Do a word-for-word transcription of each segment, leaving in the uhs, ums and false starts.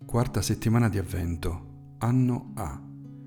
Quarta settimana di Avvento, anno A.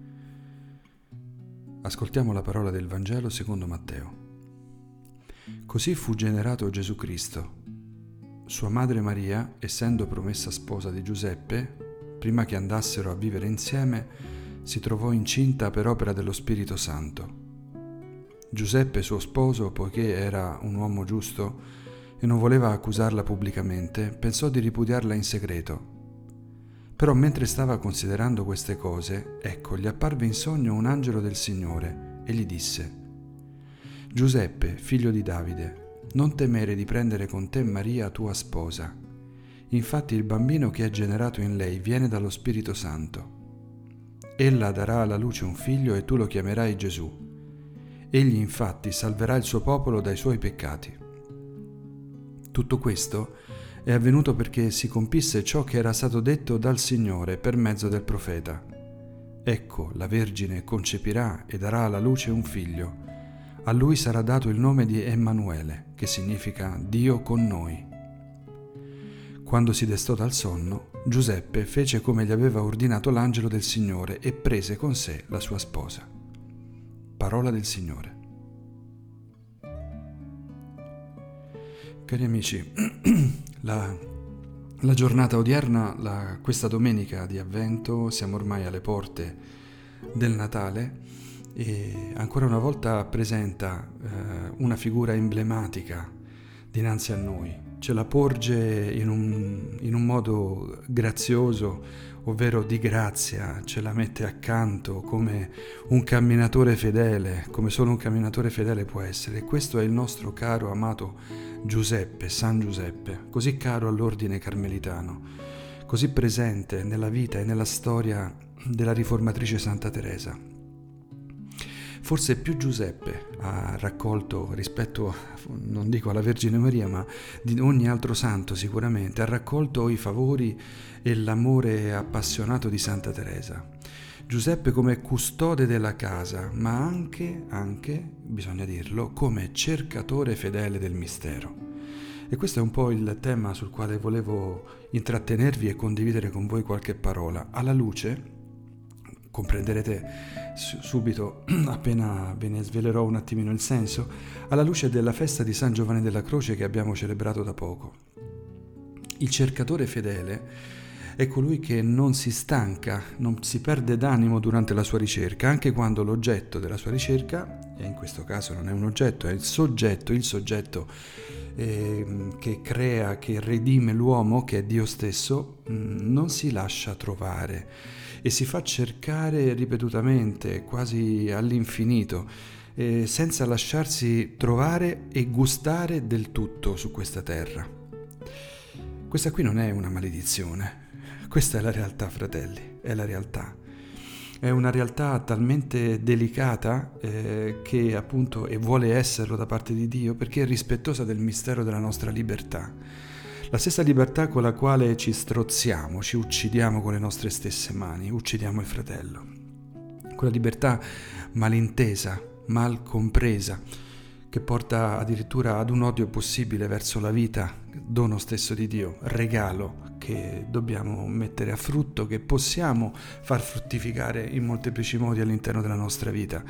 Ascoltiamo la parola del Vangelo secondo Matteo. Così fu generato Gesù Cristo. Sua madre Maria, essendo promessa sposa di Giuseppe, prima che andassero a vivere insieme, si trovò incinta per opera dello Spirito Santo. Giuseppe, suo sposo, poiché era un uomo giusto e non voleva accusarla pubblicamente, pensò di ripudiarla in segreto. Però mentre stava considerando queste cose, ecco, gli apparve in sogno un angelo del Signore e gli disse: Giuseppe, figlio di Davide, non temere di prendere con te Maria, tua sposa. Infatti il bambino che è generato in lei viene dallo Spirito Santo. Ella darà alla luce un figlio e tu lo chiamerai Gesù. Egli infatti salverà il suo popolo dai suoi peccati. Tutto questo è avvenuto perché si compisse ciò che era stato detto dal Signore per mezzo del profeta. Ecco, la Vergine concepirà e darà alla luce un figlio. A lui sarà dato il nome di Emanuele, che significa Dio con noi. Quando si destò dal sonno, Giuseppe fece come gli aveva ordinato l'angelo del Signore e prese con sé la sua sposa. Parola del Signore. Cari amici, la, la giornata odierna, la, questa domenica di Avvento, siamo ormai alle porte del Natale e ancora una volta presenta eh, una figura emblematica dinanzi a noi. Ce la porge in un, in un modo grazioso, ovvero di grazia, ce la mette accanto come un camminatore fedele, come solo un camminatore fedele può essere. E questo è il nostro caro, amato Giuseppe, San Giuseppe, così caro all'ordine carmelitano, così presente nella vita e nella storia della riformatrice Santa Teresa. Forse più Giuseppe ha raccolto, rispetto, non dico alla Vergine Maria, ma di ogni altro santo sicuramente, ha raccolto i favori e l'amore appassionato di Santa Teresa. Giuseppe come custode della casa, ma anche, anche, bisogna dirlo, come cercatore fedele del mistero. E questo è un po' il tema sul quale volevo intrattenervi e condividere con voi qualche parola. Alla luce, comprenderete subito appena ve ne svelerò un attimino il senso, alla luce della festa di San Giovanni della Croce che abbiamo celebrato da poco. Il cercatore fedele è colui che non si stanca, non si perde d'animo durante la sua ricerca, anche quando l'oggetto della sua ricerca, e in questo caso non è un oggetto, è il soggetto, il soggetto eh, che crea, che redime l'uomo, che è Dio stesso, mh, non si lascia trovare e si fa cercare ripetutamente, quasi all'infinito, eh, senza lasciarsi trovare e gustare del tutto su questa terra. Questa qui non è una maledizione, questa è la realtà, fratelli, è la realtà. È una realtà talmente delicata eh, che appunto e vuole esserlo da parte di Dio perché è rispettosa del mistero della nostra libertà. La stessa libertà con la quale ci strozziamo, ci uccidiamo con le nostre stesse mani, uccidiamo il fratello. Quella libertà malintesa, mal compresa, che porta addirittura ad un odio possibile verso la vita, dono stesso di Dio, regalo che dobbiamo mettere a frutto, che possiamo far fruttificare in molteplici modi all'interno della nostra vita.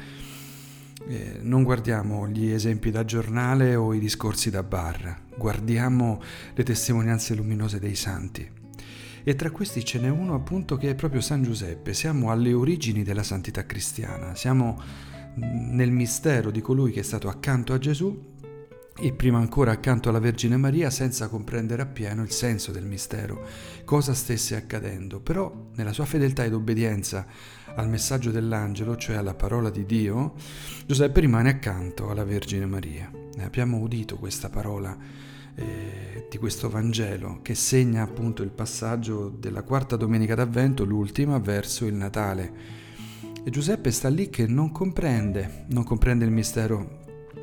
Eh, non guardiamo gli esempi da giornale o i discorsi da bar, guardiamo le testimonianze luminose dei santi. E tra questi ce n'è uno appunto che è proprio San Giuseppe. Siamo alle origini della santità cristiana, siamo nel mistero di colui che è stato accanto a Gesù e prima ancora accanto alla Vergine Maria senza comprendere appieno il senso del mistero, cosa stesse accadendo. Però nella sua fedeltà ed obbedienza al messaggio dell'angelo, cioè alla parola di Dio, Giuseppe rimane accanto alla Vergine Maria. Ne abbiamo udito questa parola eh, di questo Vangelo che segna appunto il passaggio della quarta domenica d'Avvento, l'ultima, verso il Natale. E Giuseppe sta lì che non comprende, non comprende il mistero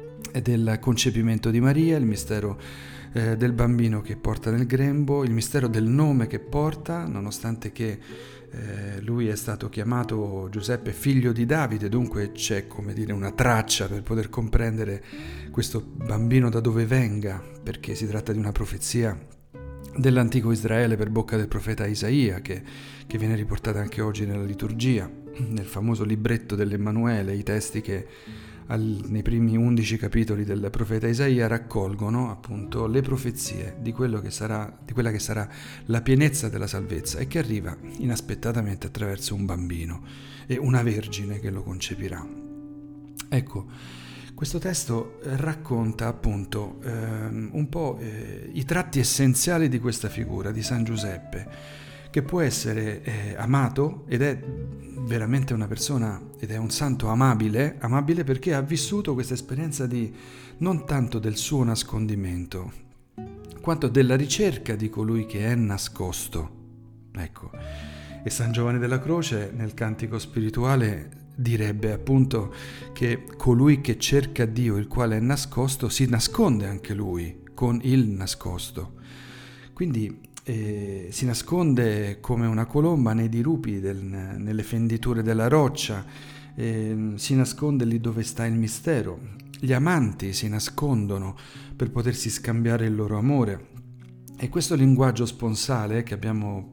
del concepimento di Maria, il mistero eh, del bambino che porta nel grembo, il mistero del nome che porta, nonostante che eh, lui è stato chiamato Giuseppe figlio di Davide, dunque c'è, come dire, una traccia per poter comprendere questo bambino da dove venga, perché si tratta di una profezia dell'antico Israele per bocca del profeta Isaia, che, che viene riportata anche oggi nella liturgia, nel famoso libretto dell'Emmanuele, i testi che al, nei primi undici capitoli del profeta Isaia raccolgono appunto le profezie di quello che sarà, di quella che sarà la pienezza della salvezza e che arriva inaspettatamente attraverso un bambino e una vergine che lo concepirà. Ecco, questo testo racconta appunto ehm, un po' eh, i tratti essenziali di questa figura di San Giuseppe, che può essere eh, amato ed è veramente una persona ed è un santo amabile, amabile perché ha vissuto questa esperienza di non tanto del suo nascondimento, quanto della ricerca di colui che è nascosto. Ecco, e San Giovanni della Croce nel Cantico spirituale direbbe appunto che colui che cerca Dio, il quale è nascosto, si nasconde anche lui con il nascosto. Quindi eh, si nasconde come una colomba nei dirupi, del, nelle fenditure della roccia, eh, si nasconde lì dove sta il mistero. Gli amanti si nascondono per potersi scambiare il loro amore. E questo linguaggio sponsale che abbiamo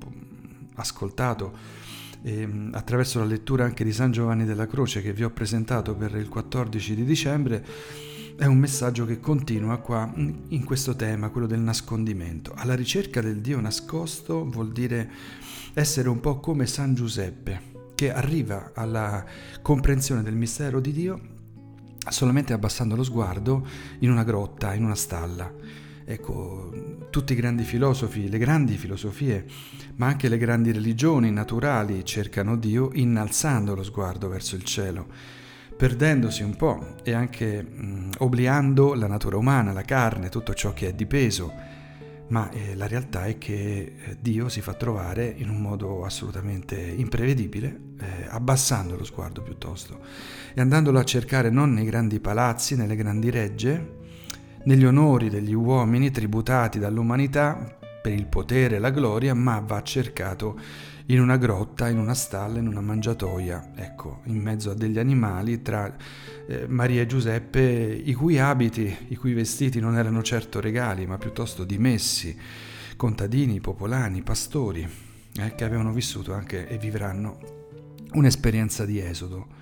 ascoltato E, attraverso la lettura anche di San Giovanni della Croce che vi ho presentato per il quattordici di dicembre, è un messaggio che continua qua in questo tema, quello del nascondimento. Alla ricerca del Dio nascosto vuol dire essere un po' come San Giuseppe, che arriva alla comprensione del mistero di Dio solamente abbassando lo sguardo in una grotta, in una stalla. Ecco, tutti i grandi filosofi, le grandi filosofie, ma anche le grandi religioni naturali cercano Dio innalzando lo sguardo verso il cielo, perdendosi un po' e anche mh, obliando la natura umana, la carne, tutto ciò che è di peso. Ma eh, la realtà è che eh, Dio si fa trovare in un modo assolutamente imprevedibile, eh, abbassando lo sguardo piuttosto e andandolo a cercare non nei grandi palazzi, nelle grandi regge, negli onori degli uomini tributati dall'umanità per il potere e la gloria, ma va cercato in una grotta, in una stalla, in una mangiatoia, ecco, in mezzo a degli animali, tra eh, Maria e Giuseppe, i cui abiti, i cui vestiti non erano certo regali, ma piuttosto dimessi, contadini, popolani, pastori, eh, che avevano vissuto anche e vivranno un'esperienza di esodo.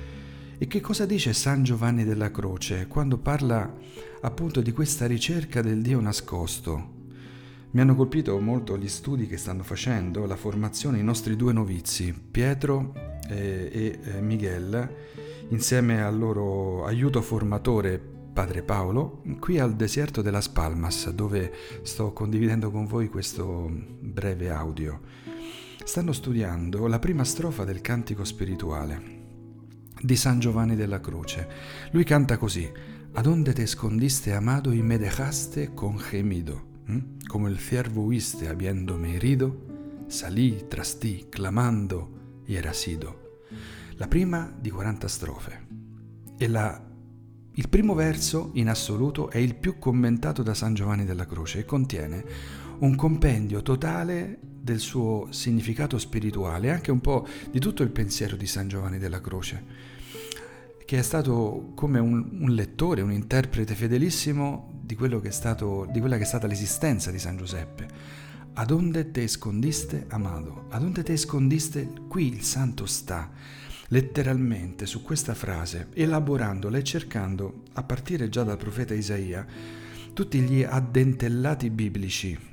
E che cosa dice San Giovanni della Croce quando parla appunto di questa ricerca del Dio nascosto? Mi hanno colpito molto gli studi che stanno facendo, la formazione, i nostri due novizi, Pietro e, e eh, Miguel, insieme al loro aiuto formatore Padre Paolo, qui al deserto de Las Palmas, dove sto condividendo con voi questo breve audio. Stanno studiando la prima strofa del Cantico spirituale di San Giovanni della Croce. Lui canta così: «Adonde te escondiste, amado, y me dejaste con gemido. ¿Mm? Como el ciervo huiste habiéndome herido, salí tras ti clamando y era sido». La prima di quaranta strofe. E la, il primo verso in assoluto è il più commentato da San Giovanni della Croce e contiene un compendio totale del suo significato spirituale, anche un po' di tutto il pensiero di San Giovanni della Croce, che è stato come un, un lettore, un interprete fedelissimo di quello che è stato, di quella che è stata l'esistenza di San Giuseppe. Adonde te escondiste, amado? Adonde te escondiste? Qui il santo sta letteralmente su questa frase, elaborandola e cercando, a partire già dal profeta Isaia, tutti gli addentellati biblici,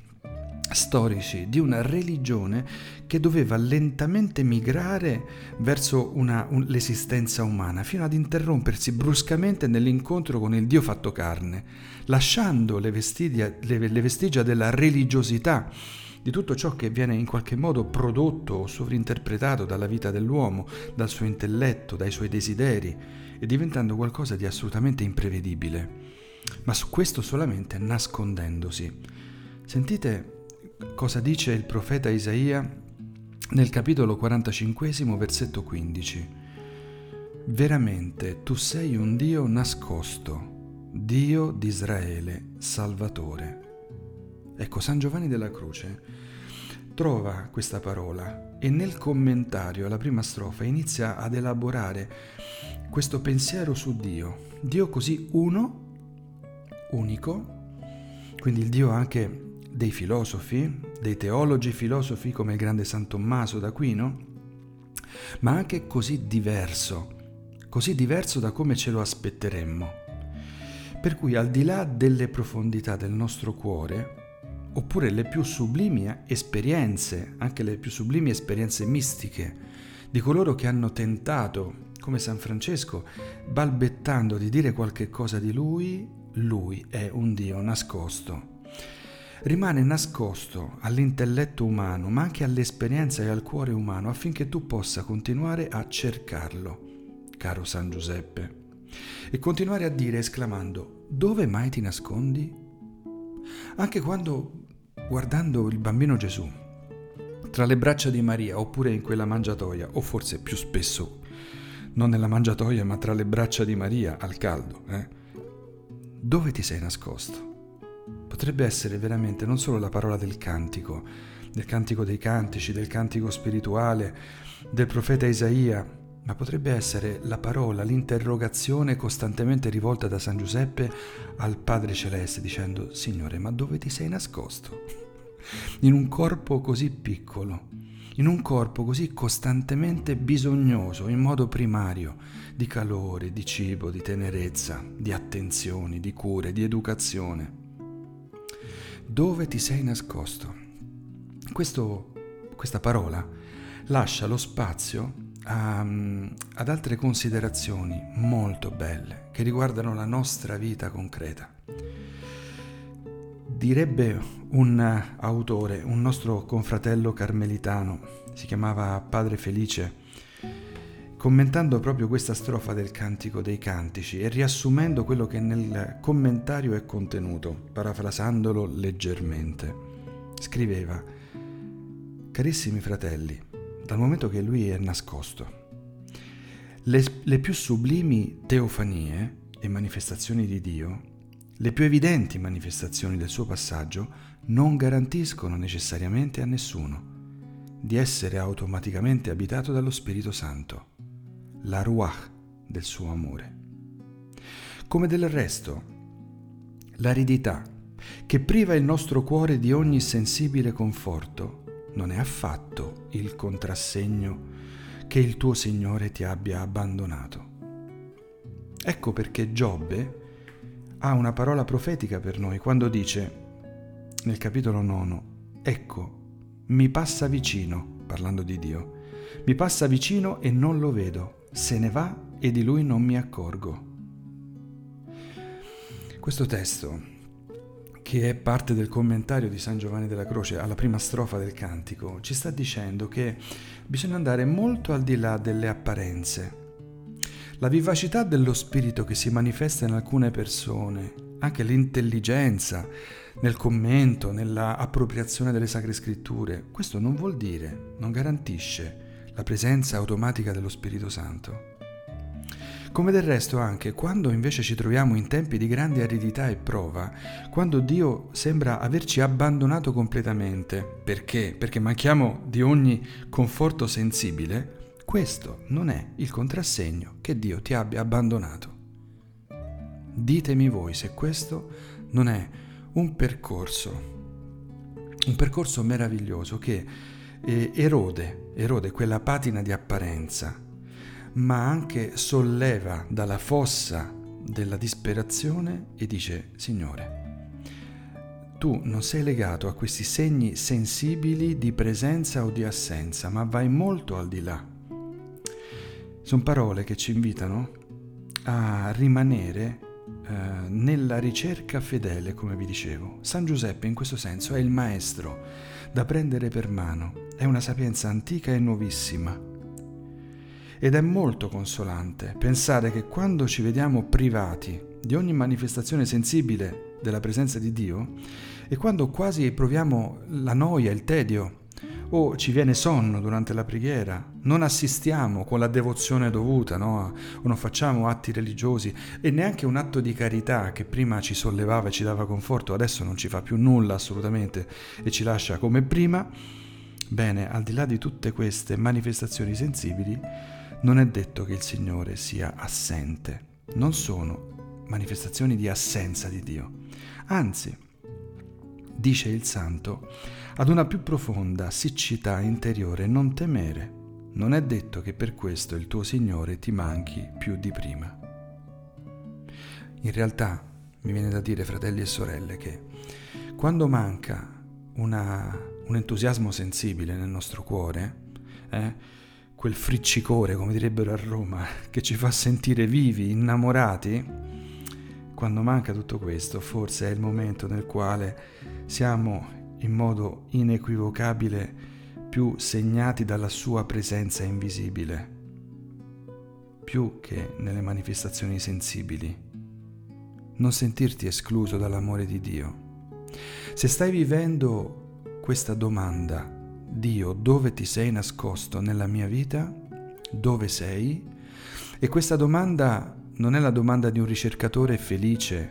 storici di una religione che doveva lentamente migrare verso una, un, l'esistenza umana, fino ad interrompersi bruscamente nell'incontro con il Dio fatto carne, lasciando le vestigia, le, le vestigia della religiosità, di tutto ciò che viene in qualche modo prodotto o sovrinterpretato dalla vita dell'uomo, dal suo intelletto, dai suoi desideri, e diventando qualcosa di assolutamente imprevedibile, ma su questo solamente nascondendosi. Sentite cosa dice il profeta Isaia nel capitolo quarantacinquesimo, versetto quindici. Veramente tu sei un Dio nascosto, Dio di Israele, Salvatore. Ecco, San Giovanni della Croce trova questa parola e nel commentario alla prima strofa inizia ad elaborare questo pensiero su Dio. Dio così uno, unico, quindi il Dio anche dei filosofi, dei teologi filosofi come il grande San Tommaso d'Aquino, ma anche così diverso, così diverso da come ce lo aspetteremmo. Per cui al di là delle profondità del nostro cuore, oppure le più sublimi esperienze, anche le più sublimi esperienze mistiche di coloro che hanno tentato, come San Francesco, balbettando di dire qualche cosa di lui, lui è un Dio nascosto. Rimane nascosto all'intelletto umano, ma anche all'esperienza e al cuore umano, affinché tu possa continuare a cercarlo, caro San Giuseppe, e continuare a dire esclamando: dove mai ti nascondi? Anche quando, guardando il bambino Gesù tra le braccia di Maria, oppure in quella mangiatoia, o forse più spesso non nella mangiatoia ma tra le braccia di Maria al caldo, eh? Dove ti sei nascosto? Potrebbe essere veramente non solo la parola del cantico, del cantico dei cantici, del cantico spirituale, del profeta Isaia, ma potrebbe essere la parola, l'interrogazione costantemente rivolta da San Giuseppe al Padre Celeste, dicendo: Signore, ma dove ti sei nascosto? In un corpo così piccolo, in un corpo così costantemente bisognoso, in modo primario, di calore, di cibo, di tenerezza, di attenzioni, di cure, di educazione. Dove ti sei nascosto? Questo, questa parola lascia lo spazio a, ad altre considerazioni molto belle che riguardano la nostra vita concreta. Direbbe un autore, un nostro confratello carmelitano, si chiamava Padre Felice, commentando proprio questa strofa del Cantico dei Cantici e riassumendo quello che nel commentario è contenuto, parafrasandolo leggermente, scriveva: carissimi fratelli, dal momento che lui è nascosto, le, le più sublimi teofanie e manifestazioni di Dio, le più evidenti manifestazioni del suo passaggio, non garantiscono necessariamente a nessuno di essere automaticamente abitato dallo Spirito Santo, la ruach del suo amore. Come del resto, l'aridità che priva il nostro cuore di ogni sensibile conforto non è affatto il contrassegno che il tuo Signore ti abbia abbandonato. Ecco perché Giobbe ha una parola profetica per noi quando dice nel capitolo nono: ecco, mi passa vicino, parlando di Dio, mi passa vicino e non lo vedo, se ne va e di lui non mi accorgo. Questo testo, che è parte del commentario di San Giovanni della Croce alla prima strofa del cantico, ci sta dicendo che bisogna andare molto al di là delle apparenze. La vivacità dello spirito che si manifesta in alcune persone, anche l'intelligenza nel commento, nella appropriazione delle Sacre Scritture, questo non vuol dire, non garantisce la presenza automatica dello Spirito Santo. Come del resto anche quando invece ci troviamo in tempi di grande aridità e prova, quando Dio sembra averci abbandonato completamente, perché? Perché manchiamo di ogni conforto sensibile, questo non è il contrassegno che Dio ti abbia abbandonato. Ditemi voi se questo non è un percorso, un percorso meraviglioso che eh, erode, erode quella patina di apparenza, ma anche solleva dalla fossa della disperazione e dice: Signore, tu non sei legato a questi segni sensibili di presenza o di assenza, ma vai molto al di là. Sono parole che ci invitano a rimanere eh, nella ricerca fedele, come vi dicevo. San Giuseppe in questo senso è il maestro da prendere per mano, è una sapienza antica e nuovissima. Ed è molto consolante pensare che quando ci vediamo privati di ogni manifestazione sensibile della presenza di Dio e quando quasi proviamo la noia, il tedio, o ci viene sonno durante la preghiera, non assistiamo con la devozione dovuta, no? O non facciamo atti religiosi e neanche un atto di carità che prima ci sollevava e ci dava conforto, adesso non ci fa più nulla assolutamente e ci lascia come prima. Bene, al di là di tutte queste manifestazioni sensibili, non è detto che il Signore sia assente, non sono manifestazioni di assenza di Dio. Anzi, dice il santo, ad una più profonda siccità interiore non temere. Non è detto che per questo il tuo Signore ti manchi più di prima. In realtà mi viene da dire, fratelli e sorelle, che quando manca una, un entusiasmo sensibile nel nostro cuore, eh, quel friccicore, come direbbero a Roma, che ci fa sentire vivi, innamorati, quando manca tutto questo, forse è il momento nel quale siamo in modo inequivocabile più segnati dalla sua presenza invisibile, più che nelle manifestazioni sensibili. Non sentirti escluso dall'amore di Dio. Se stai vivendo questa domanda, Dio, dove ti sei nascosto nella mia vita? Dove sei? E questa domanda non è la domanda di un ricercatore felice,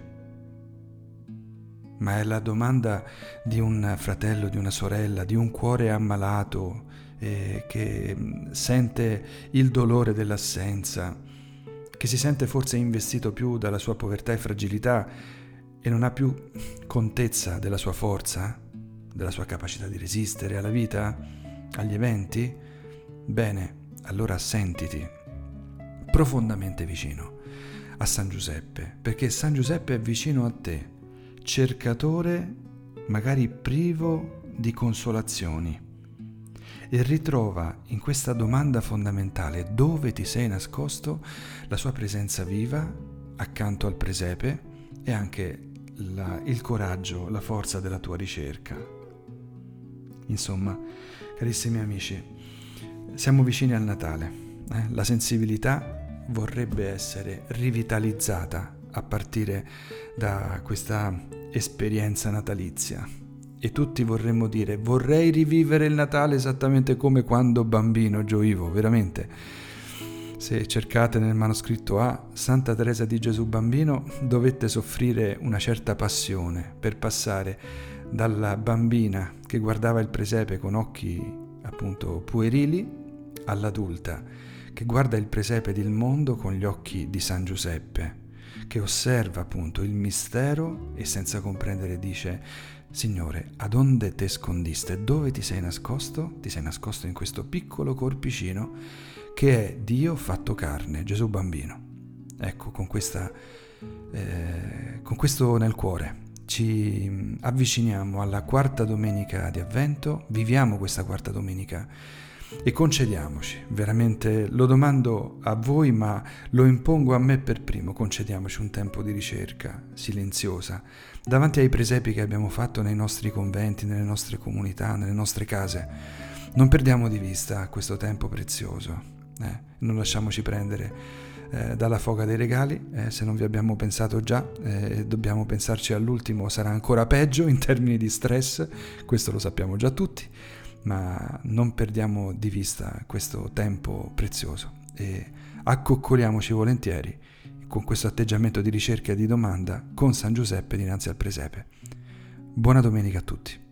ma è la domanda di un fratello, di una sorella, di un cuore ammalato eh, che sente il dolore dell'assenza, che si sente forse investito più dalla sua povertà e fragilità e non ha più contezza della sua forza, della sua capacità di resistere alla vita, agli eventi. Bene, allora sentiti profondamente vicino a San Giuseppe, perché San Giuseppe è vicino a te, cercatore magari privo di consolazioni, e ritrova in questa domanda fondamentale, dove ti sei nascosto, la sua presenza viva accanto al presepe e anche la, il coraggio, la forza della tua ricerca. Insomma, carissimi amici, siamo vicini al Natale. Eh? La sensibilità vorrebbe essere rivitalizzata a partire da questa esperienza natalizia. E tutti vorremmo dire, vorrei rivivere il Natale esattamente come quando bambino gioivo, veramente. Se cercate nel manoscritto A, Santa Teresa di Gesù Bambino dovette soffrire una certa passione per passare dalla bambina che guardava il presepe con occhi appunto puerili all'adulta che guarda il presepe ed il mondo con gli occhi di San Giuseppe, che osserva appunto il mistero e senza comprendere dice: Signore, ad onde te scondiste? Dove ti sei nascosto? Ti sei nascosto in questo piccolo corpicino che è Dio fatto carne, Gesù Bambino. Ecco, con, questa, eh, con questo nel cuore ci avviciniamo alla quarta domenica di Avvento, viviamo questa quarta domenica e concediamoci, veramente lo domando a voi ma lo impongo a me per primo, concediamoci un tempo di ricerca silenziosa davanti ai presepi che abbiamo fatto nei nostri conventi, nelle nostre comunità, nelle nostre case. Non perdiamo di vista questo tempo prezioso, eh? Non lasciamoci prendere eh, dalla foga dei regali, eh? Se non vi abbiamo pensato già, eh, dobbiamo pensarci all'ultimo, sarà ancora peggio in termini di stress, questo lo sappiamo già tutti. Ma non perdiamo di vista questo tempo prezioso e accoccoliamoci volentieri con questo atteggiamento di ricerca e di domanda con San Giuseppe dinanzi al presepe. Buona domenica a tutti.